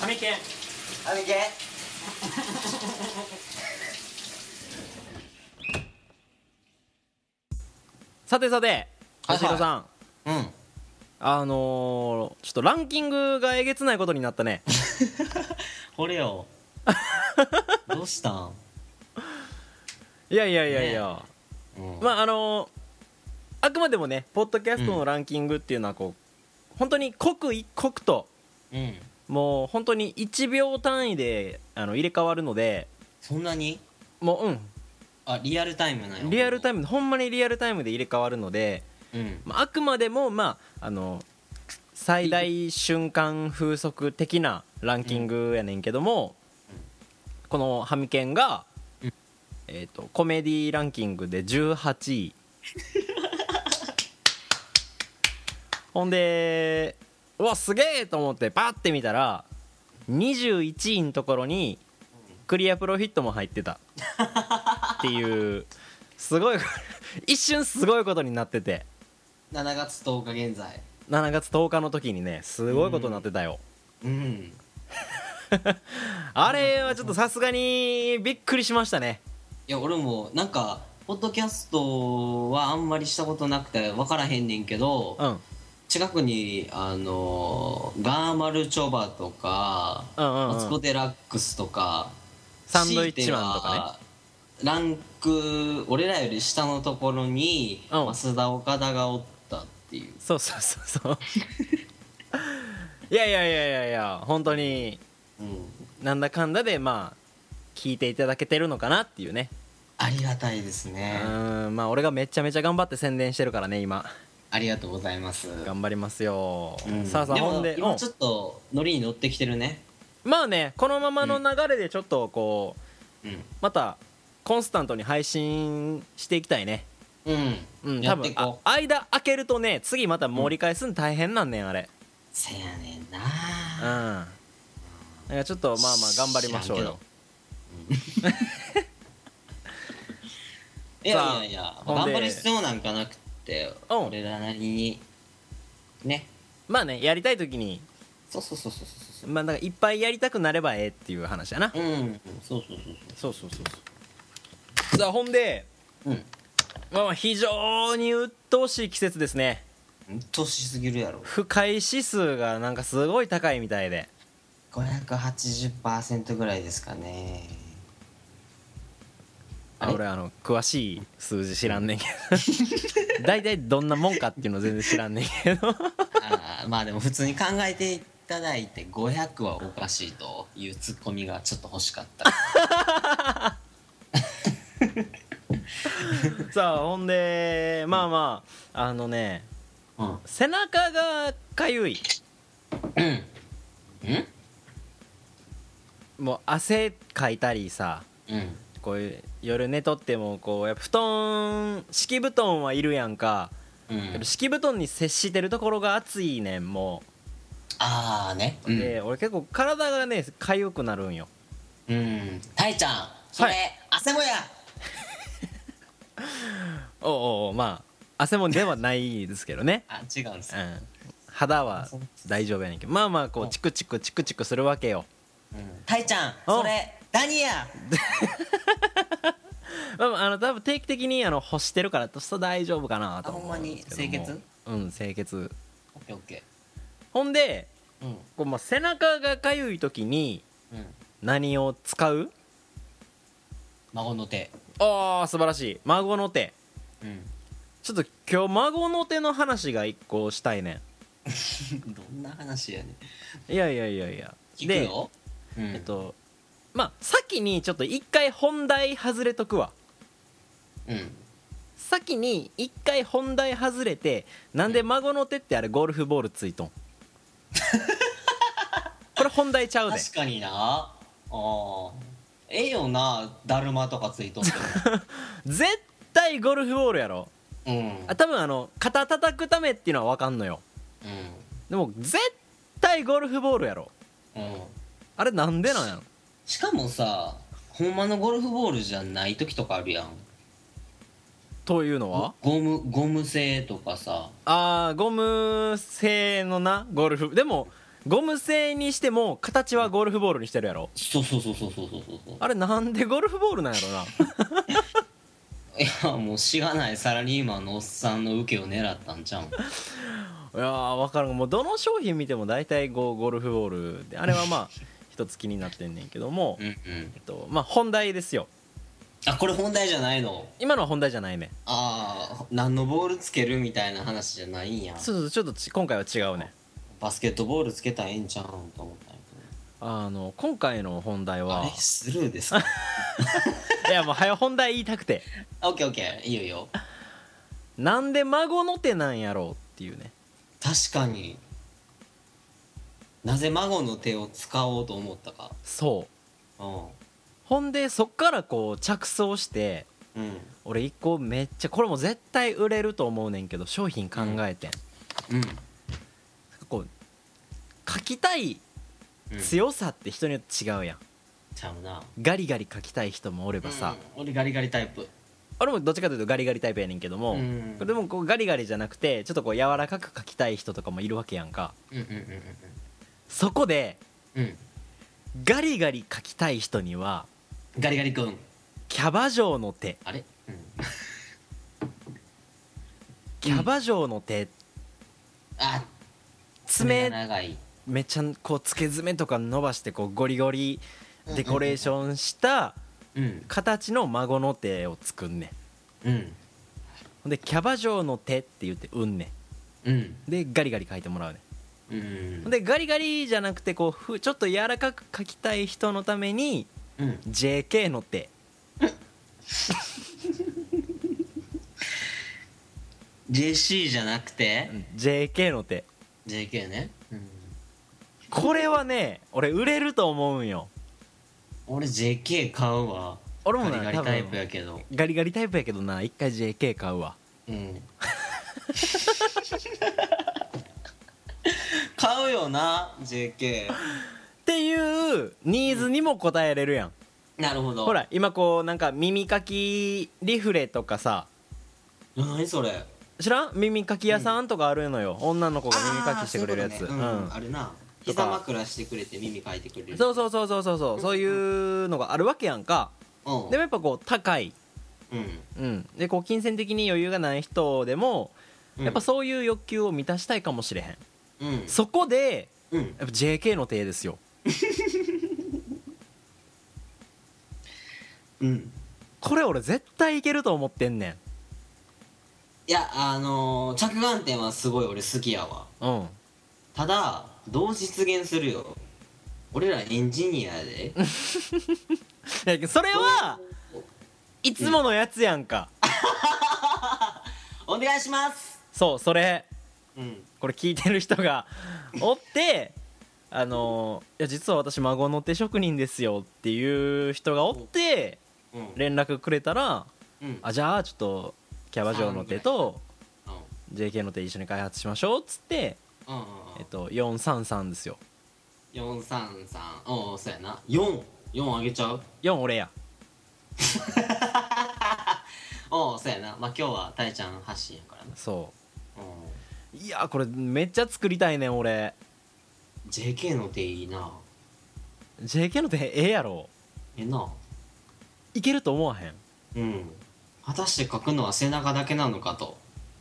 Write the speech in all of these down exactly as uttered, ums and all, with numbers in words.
みけんあみけさてさてはいはい橋弘さん、 うんあのー、ちょっとランキングがえげつないことになったね。 これよどうしたん。 いやいやいやいや、 うんまああのー、あくまでもねポッドキャストのランキングっていうのはこう本当に刻一刻とうんもう本当にいちびょう単位であの入れ替わるので、 そんなにもううんあリアルタイムなんやリアルタイムムほんまにリアルタイムで入れ替わるので、 うんまあ、あくまでもまああの最大瞬間風速的なランキングやねんけども、このハミケンが、 うんえーとコメディランキングでじゅうはちいほんでうわすげえと思ってパッて見たらにじゅういちいのところにクリアプロフィットも入ってたっていうすごい一瞬すごいことになってて、 しちがつとおか現在しちがつとおかの時にねすごいことになってたよ。 うんあれはちょっとさすがにびっくりしましたね。 いや俺もなんかポッドキャストはあんまりしたことなくて分からへんねんけど、 うん近くにあのーガーマルチョバとか、 うんうんうんマツコ・デラックスとかサンドイッチマンとかねねランク俺らより下のところにうん増田岡田がおったっていう。 そうそうそうそういやいやいやいやいや本当にうんなんだかんだでまあ聞いていただけてるのかなっていうね。 ありがたいですうね。 ーんまあ俺がめちゃめちゃ頑張って宣伝してるからね今ありがとうございます。 頑張りますよ、 うんさあさあでもほんで今ちょっとノリに乗ってきてるね。 うんまあねこのままの流れでちょっとこううんまたコンスタントに配信していきたいね。 うん、 うん多分やっていこう。 あ間開けるとね次また盛り返すん大変なんねんあれ。 せやねんなうんだからちょっとまあまあ頑張りましょうよ。 いやさあいやいやほんで頑張る必要なんかなくってうん俺らなりにね。 まあねやりたい時にそうそうそうそうそうまあだからいっぱいやりたくなればええっていう話やな。 そううんそうそうそうそうそうそうそうさあほんでそううんまあまあ非常に鬱陶しい季節ですね。 うっとうしすぎるやろ。 不快指数がなんかすごい高いみたいで。 ごひゃくはちじゅっパーセントぐらいですかね。あれあ俺あの詳しい数字知らんねんけど大体どんなもんかっていうの全然知らんねんけどあーまあでも普通に考えていただいてごひゃくはおかしいというツッコミがちょっと欲しかったさあほんでまあまああのねうん背中がかゆいうんうんもう汗かいたりさうんこういう夜寝とってもこうやっぱ布団敷布団はいるやんか、 うん敷布団に接してるところが暑いねんもああねうう、 んで俺結構体がねかゆくなるんよ。 うんたいちゃんそれ、 はい汗もやおうおうおうまあ汗もんではないですけどねあ違うんですよ、 うん肌は大丈夫やねんけどまあまあこうチクチクチクチクするわけよ。 うん、たいちゃんおそれダニやまあまああの多分定期的にあの干してるからとしたら大丈夫かなと思うんですけども。 あほんまに清潔？ うん清潔。 オッケーオッケほんでーうんこう、まあ、背中がかゆい時にうん何を使う？ 孫の手ああ素晴らしい孫の手。 うんちょっと今日孫の手の話が一個したいねどんな話やねんん。いやいやいやいや聞くようんえっとまあ先にちょっと一回本題外れとくわ。 うん先に一回本題外れてなんで孫の手ってあれゴルフボールついとんこれ本題ちゃうで。 確かになあーええよなだるまとかついとって絶対ゴルフボールやろ。 もうんあ多分あの肩叩くためっていうのは分かんのよ。でも絶対ゴルフボールやろ。 うんうんあれなんでなんやろ。 しかもさほんまのゴルフボールじゃない時とかあるやん。 というのはゴムゴム製とかさあーゴム製のなゴルフでもゴム製にしても形はゴルフボールにしてるやろ。 そうそうそうそうそうそうそう。 あれなんでゴルフボールなんやろな。 いやもうしがないサラリーマンのおっさんの受けを狙ったんちゃうん。 いやー分からん、もうどの商品見ても大体ゴゴルフボールで、あれはまあ一つ気になってんねんけども、 うんうん。 えっとまあ本題ですよ。 あ、これ本題じゃないの。 今のは本題じゃないね。 ああ、何のボールつけるみたいな話じゃないんや。 そうそう、ちょっとち今回は違うね。 バスケットボールつけたらええんちゃうんと思ったんやあの今回の本題けど。 はあれスルーですか。 いやもう早本題言いたくて、 オッケーオッケー、いいよいいよ。 なんで孫の手なんやろうっていうね。 確かになぜ孫の手を使おうと思ったか。 そううほんでそっからこう着想して、 んうん俺一個めっちゃこれも絶対売れると思うねんけど商品考えてん、 うんこう書きたいうん。 強さって人によって違うやん。 ちゃうな。 ガリガリ書きたい人もおればさ、 うん、俺ガリガリタイプ。 俺もどっちかというとガリガリタイプやねんけども、 うんでもこうガリガリじゃなくてちょっとこう柔らかく書きたい人とかもいるわけやんか。 うんうんうんそこでうんうん。 ガリガリ書きたい人にはガリガリ君。 キャバ嬢の手、 あれ。うん。 キャバ嬢の手、 あ、爪爪が長い。 めっちゃこうつけ爪とか伸ばしてこうゴリゴリデコレーションしたうん形の孫の手を作んねうんん。ほんでキャバ嬢の手って言ってうんねうんんでガリガリ書いてもらうねうんん。ほんでガリガリじゃなくてこうふちょっと柔らかく書きたい人のためにうん。 ジェーケー の手、 ジェーシー じゃなくてジェーケー の手、 ジェーケー ね。うんこれはね俺売れると思うんよ。 俺 ジェーケー 買うわ。 俺もなガリガリタイプやけど。 ガリガリタイプやけどな一回 ジェーケー 買うわ。 うん買うよな ジェーケっていうニーズにも応えれるやん。 ー。なるほど。 ほら今こうなんか耳かきリフレとかさ、 何それ。 知らん？耳かき屋さんとかあるのよ、女の子が耳かきしてくれるやつ。 あーそういうことねうんあれな、 とか膝枕してくれて耳かいてくれる。 そうそうそうそうそうそうそういうのがあるわけやんか。 うんでもやっぱこう高い、 うんうん、でこう金銭的に余裕がない人でもうんやっぱそういう欲求を満たしたいかもしれへん。 うんそこでうんやっぱ ジェーケー の手ですよ。 うんこれ俺絶対いけると思ってんねいやあのー着眼点はすごい俺好きやわ。 ん。うん。 ただどう実現するよ。俺らエンジニアやで。 いやそれはいつものやつやんか。 お願いします。 そうそれうんこれ聞いてる人がおってあのいや実は私孫の手職人ですよっていう人がおってうん連絡くれたら、 うんあじゃあちょっとキャバ嬢の手とうんジェーケー の手一緒に開発しましょうっつって、 うんうんえっと、よんさんさんですよ。 よんさんさんおおそうやな。よんよんあげちゃう。 よん俺や。 おおそうやな。まあ今日はたえちゃん発信やからな。 そうういやこれめっちゃ作りたいねん俺。 ん ジェーケー の手いいな。 ジェーケー の手ええやろ。 ええないけると思わへん。 うん果たして書くのは背中だけなのかと。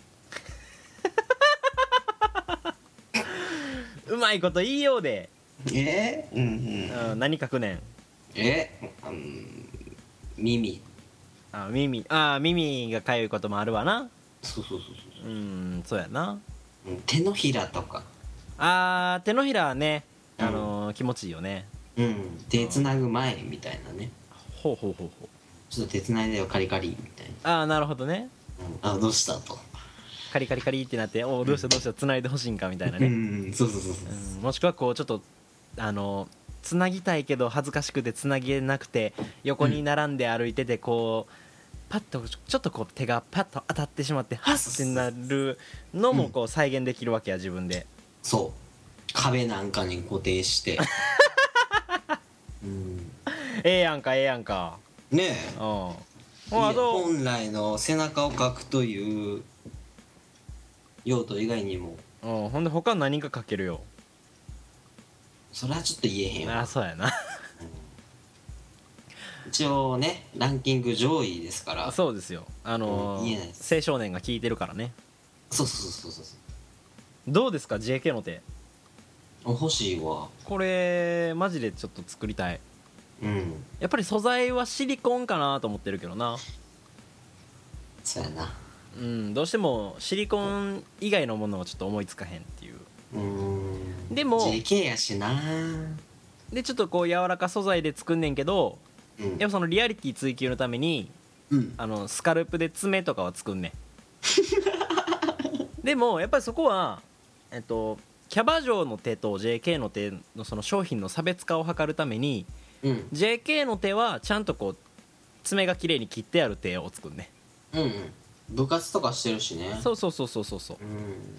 うまいこと言いようで、 えうんうんうん、何書くねん。 えうん耳。 あ耳あ耳がかゆいこともあるわな。 そうそうそうそううんそうやな。 うん手のひらとか。 あー手のひらはね、 うんあのー気持ちいいよね。 うん手つなぐ前みたいなね。 ほうほうほうほう。 ちょっと手つないでよカリカリみたいな。 ああなるほどね。 うんあどうしたと。 カリカリカリってなっておおどうしたどうした繋いでほしいんかみたいなうね、 んそうそうそうそううん、もしくはこうちょっとあのつなぎたいけど恥ずかしくてつなげなくて横に並んで歩いててこうパッとちょっとこう手がパッと当たってしまってハッってなるのもこう再現できるわけや自分で。 そう壁なんかに固定してうんええやんかええやんか。 ねえうんほいやあと本来の背中を描くという用途以外にもうんほんで他何か書けるよ。 それはちょっと言えへんわ。 あそうやな一応ねランキング上位ですからそうですよあのーうん言えないです青少年が聞いてるからね。 そうそうそうそうそうどうですか ジェーケー の手。 欲しいわ。 これマジでちょっと作りたい。 うんやっぱり素材はシリコンかなと思ってるけどな。 そうやな。 うんどうしてもシリコン以外のものはちょっと思いつかへんっていう。 うーんでもジェーケー やしな。 でちょっとこう柔らか素材で作んねんけど、 うんやっぱそのリアリティ追求のためにうんあのスカルプで爪とかは作んねんでもやっぱりそこはえっとキャバ嬢の手と ジェーケー の手のその商品の差別化を図るためにうんジェーケー の手はちゃんとこう爪が綺麗に切ってある手を作んねうんうん部活とかしてるしね。 ん。そうそうそうそうそうそう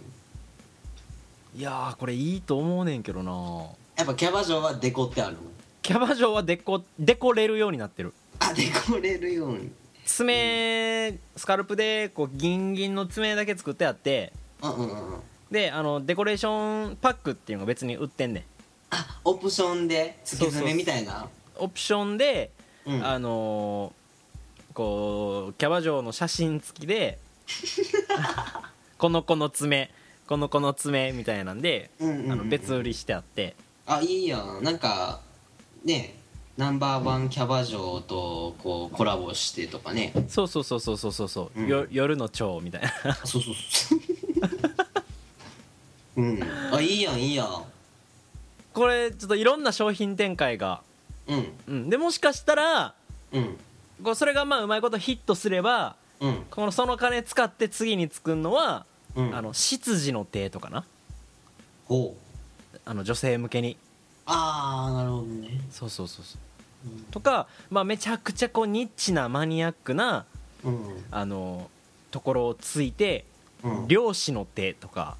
うんいやーこれいいと思うねんけどな。 やっぱキャバ嬢はデコってあるの。 キャバ嬢はデコデコれるようになってる。 あデコれるように。 爪スカルプでこうギンギンの爪だけ作ってあってうんうんうんうんであのデコレーションパックっていうのが別に売ってんねん。 あオプションで付け爪みたいな。 オプションで、 うんあのーこうキャバ嬢の写真付きでこの子の爪この子の爪みたいなんで、 うんうんうんうんあの別売りしてあって。 あいいやん。なんかねナンバーワンキャバ嬢とこうコラボしてとかね。 そうそうそうそうそうそうそう、 うんよ夜の蝶みたいなそうそうそううんあいいやんいいやん。 これちょっといろんな商品展開が、 うんうん、でもしかしたらうんこうそれがまあうまいことヒットすればうんこのその金使って次に作るのは、 うんあの執事の手とかな、 ほうあの女性向けに。 ああなるほどね。 そうそうそうそうとか、まあ、めちゃくちゃこうニッチなマニアックなうんあのところをついて、 うん漁師の手とか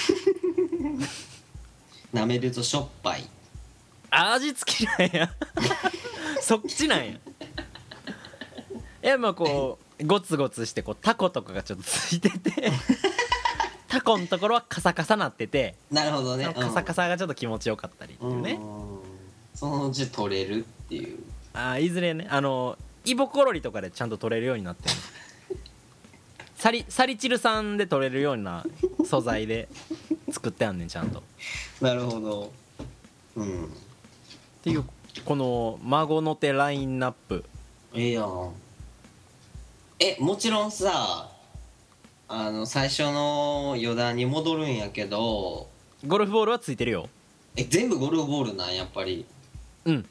舐めるとしょっぱい。 あ味付きなんやそっちなんや。いやまあこうゴツゴツしてこうタコとかがちょっとついててタコのところはカサカサなっててなるほどね。 そのカサカサがちょっと気持ちよかったりっていうね。 うんそのうち取れるっていう。 あいずれねあのイボコロリとかでちゃんと取れるようになってるサリサリチル酸で取れるような素材で作ってあんねんちゃんと。っなるほど。うんていうこの孫の手ラインナップ。 ええやん。えもちろんさあの最初の余談に戻るんやけどゴルフボールはついてるよ。 え全部ゴルフボールなんやっぱり。 うん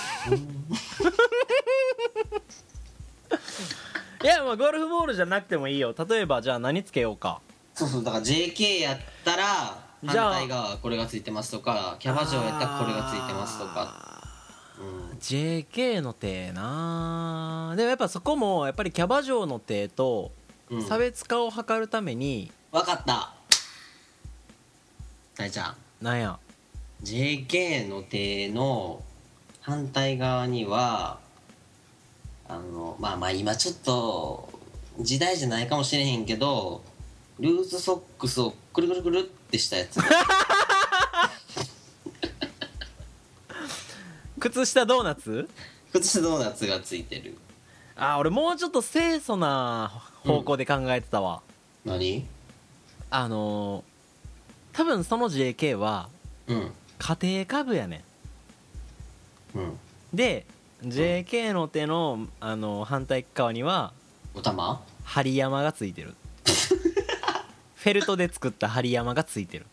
いやまあゴルフボールじゃなくてもいいよ。例えばじゃあ何つけようか。 そうそうだから ジェーケー やったら反じゃあ対側これがついてますとかキャバ嬢やったらこれがついてますとか。 あーうんジェーケー の手な。でもやっぱそこもやっぱりキャバ嬢の手とうん差別化を図るために、 分かった大ちゃんなんやジェーケー の手の反対側にはあのまあまあ今ちょっと時代じゃないかもしれへんけどルーズソックスをくるくるくるってしたやつ靴下ドーナツ。 靴下ドーナツがついてる。 あー俺もうちょっと清楚な方向で考えてたわ、 何あのー、多分その ジェーケー はうん家庭科部やねうんんで ジェーケー の手の、あのー反対側にはおたま針山がついてるフェルトで作った針山がついてる。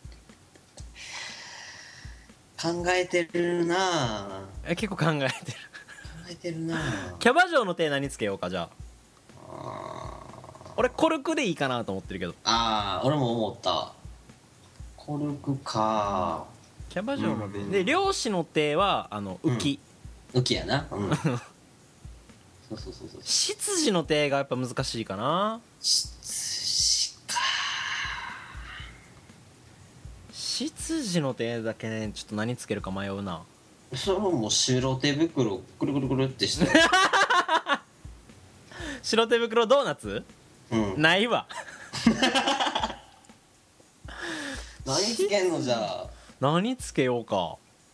考えてるなぁえ結構考えてる考えてるなぁキャバ嬢の手何つけようか。じゃああ俺コルクでいいかなと思ってるけど。 あー俺も思ったコルクかキャバ嬢の手、 うんで漁師の手はあの浮き、 浮きやなうんそうそうそうそう執事の手がやっぱ難しいかな。 しか執事の手だけねちょっと何つけるか迷うな。 それはもう白手袋くるくるくるってして白手袋ドーナツうんないわ何つけんのじゃあ何つけようか。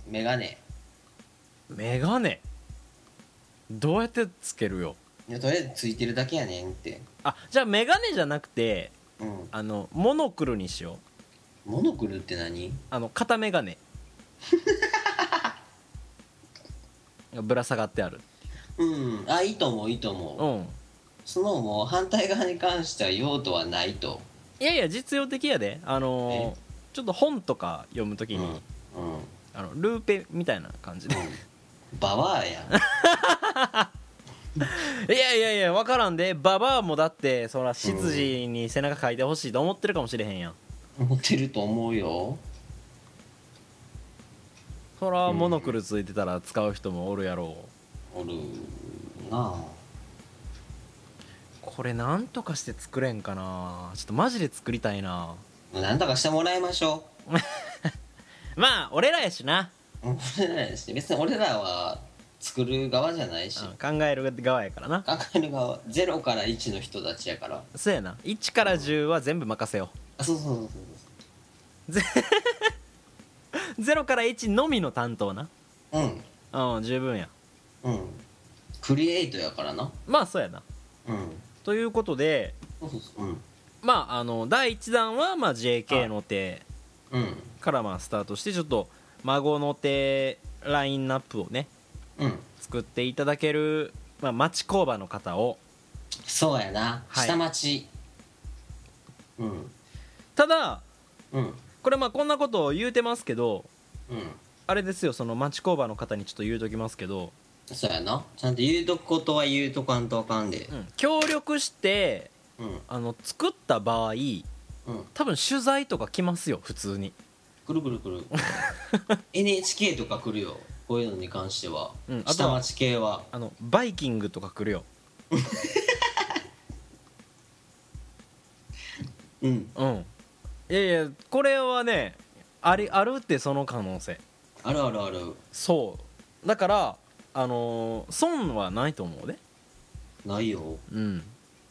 メガネ。 メガネどうやってつけるよ。 いやとりあえずついてるだけやねんって。 あ、じゃあメガネじゃなくてうんあのモノクルにしよう。 モノクルって何？ あの片メガネぶら下がってある。 うんあいいと思ういいとう思う。 ん。 そのもう反対側に関しては用途はないと。 いやいや実用的やで。あのーちょっと本とか読むときに、 うんうんあのルーペみたいな感じでババアやいやいやいや分からんで。ババアもだってそら執事に背中描いてほしいと思ってるかもしれへんやん。 思ってると思うよ。 そらモノクルついてたら使う人もおるやろう。 おるなあ。 これなんとかして作れんかな。ちょっとマジで作りたいな。 なんとかしてもらいましょまあ俺らやしな、 う。俺らやし別に俺らは作る側じゃないし、 うん、考える側やからな。 考える側ゼロからいちの人たちやから。 そうやな。いちからじゅうは全部任せよあそうそうそうそうう。ゼゼロからいちのみの担当な。 うんうん十分や。 うんクリエイトやからな。 まあそうやな。 うんということでそうそうそううんまああのだいいちだんはまあ ジェーケー の手うんからまあスタートしてちょっと孫の手ラインナップをねうん作っていただける、まあ、町工場の方を。 そうやな、 はい下町。うんただうんこれまあこんなことを言うてますけどうんあれですよ、その町工場の方にちょっと言うときますけど、 そうやな。ちゃんと言うとくことは言うとかんとあかんで。 うん協力してうんあの作った場合うん多分取材とか来ますよ普通に。 くるくるくるエヌエイチケー とか来るよこういうのに関しては、 うんあとは下町系は。 あのバイキングとか来るよ。 うんうんいやいやこれはねありあるってその可能性。 あるあるある。 そうだからあのー損はないと思うで。 ないよ。 うんうん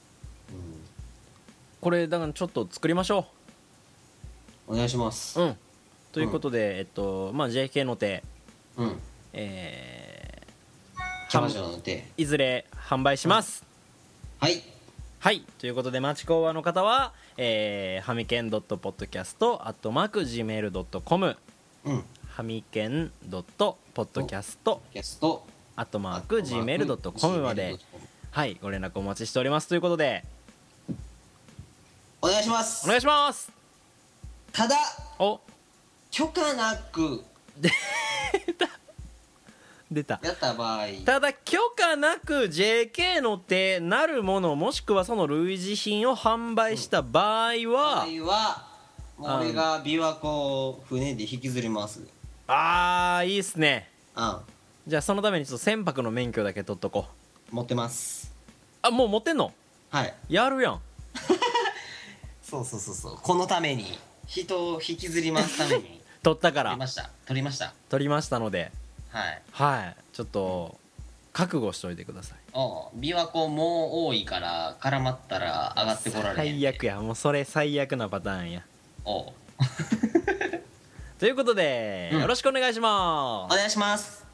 これだからちょっと作りましょお願いします。 う。うんということで、えっとまあ ジェーケー の手うんえキャバ嬢の手。 ーいずれ販売します、 はいはいということで町工場の方は、えー、ハミケンドットポッドキャストアットマーク ジーメールドットコムうんハミケンドットポッドキャストキャストアットマーク ジーメールドットコム まで、はいご連絡お待ちしておりますということでお願いします。 お願いします。 ただお許可なく出た。 やった場合ただ許可なく ジェーケー の手なるものもしくはその類似品を販売した場合は、 場合はもう俺が琵琶湖を船で引きずります。 あーいいっすね。 うんじゃあそのためにちょっと船舶の免許だけ取っとこう。 持ってます。 あもう持ってんの。 はいやるやん。 そうそうそうそうこのために人を引きずりますために取ったから取りました取りました取りましたので、 はい。 はいちょっと覚悟しといてください。 おう琵琶湖もう多いから絡まったら上がってこられへん。 最悪やもうそれ最悪なパターンや。 おうということで、 うんよろしくお願いします。 お願いします。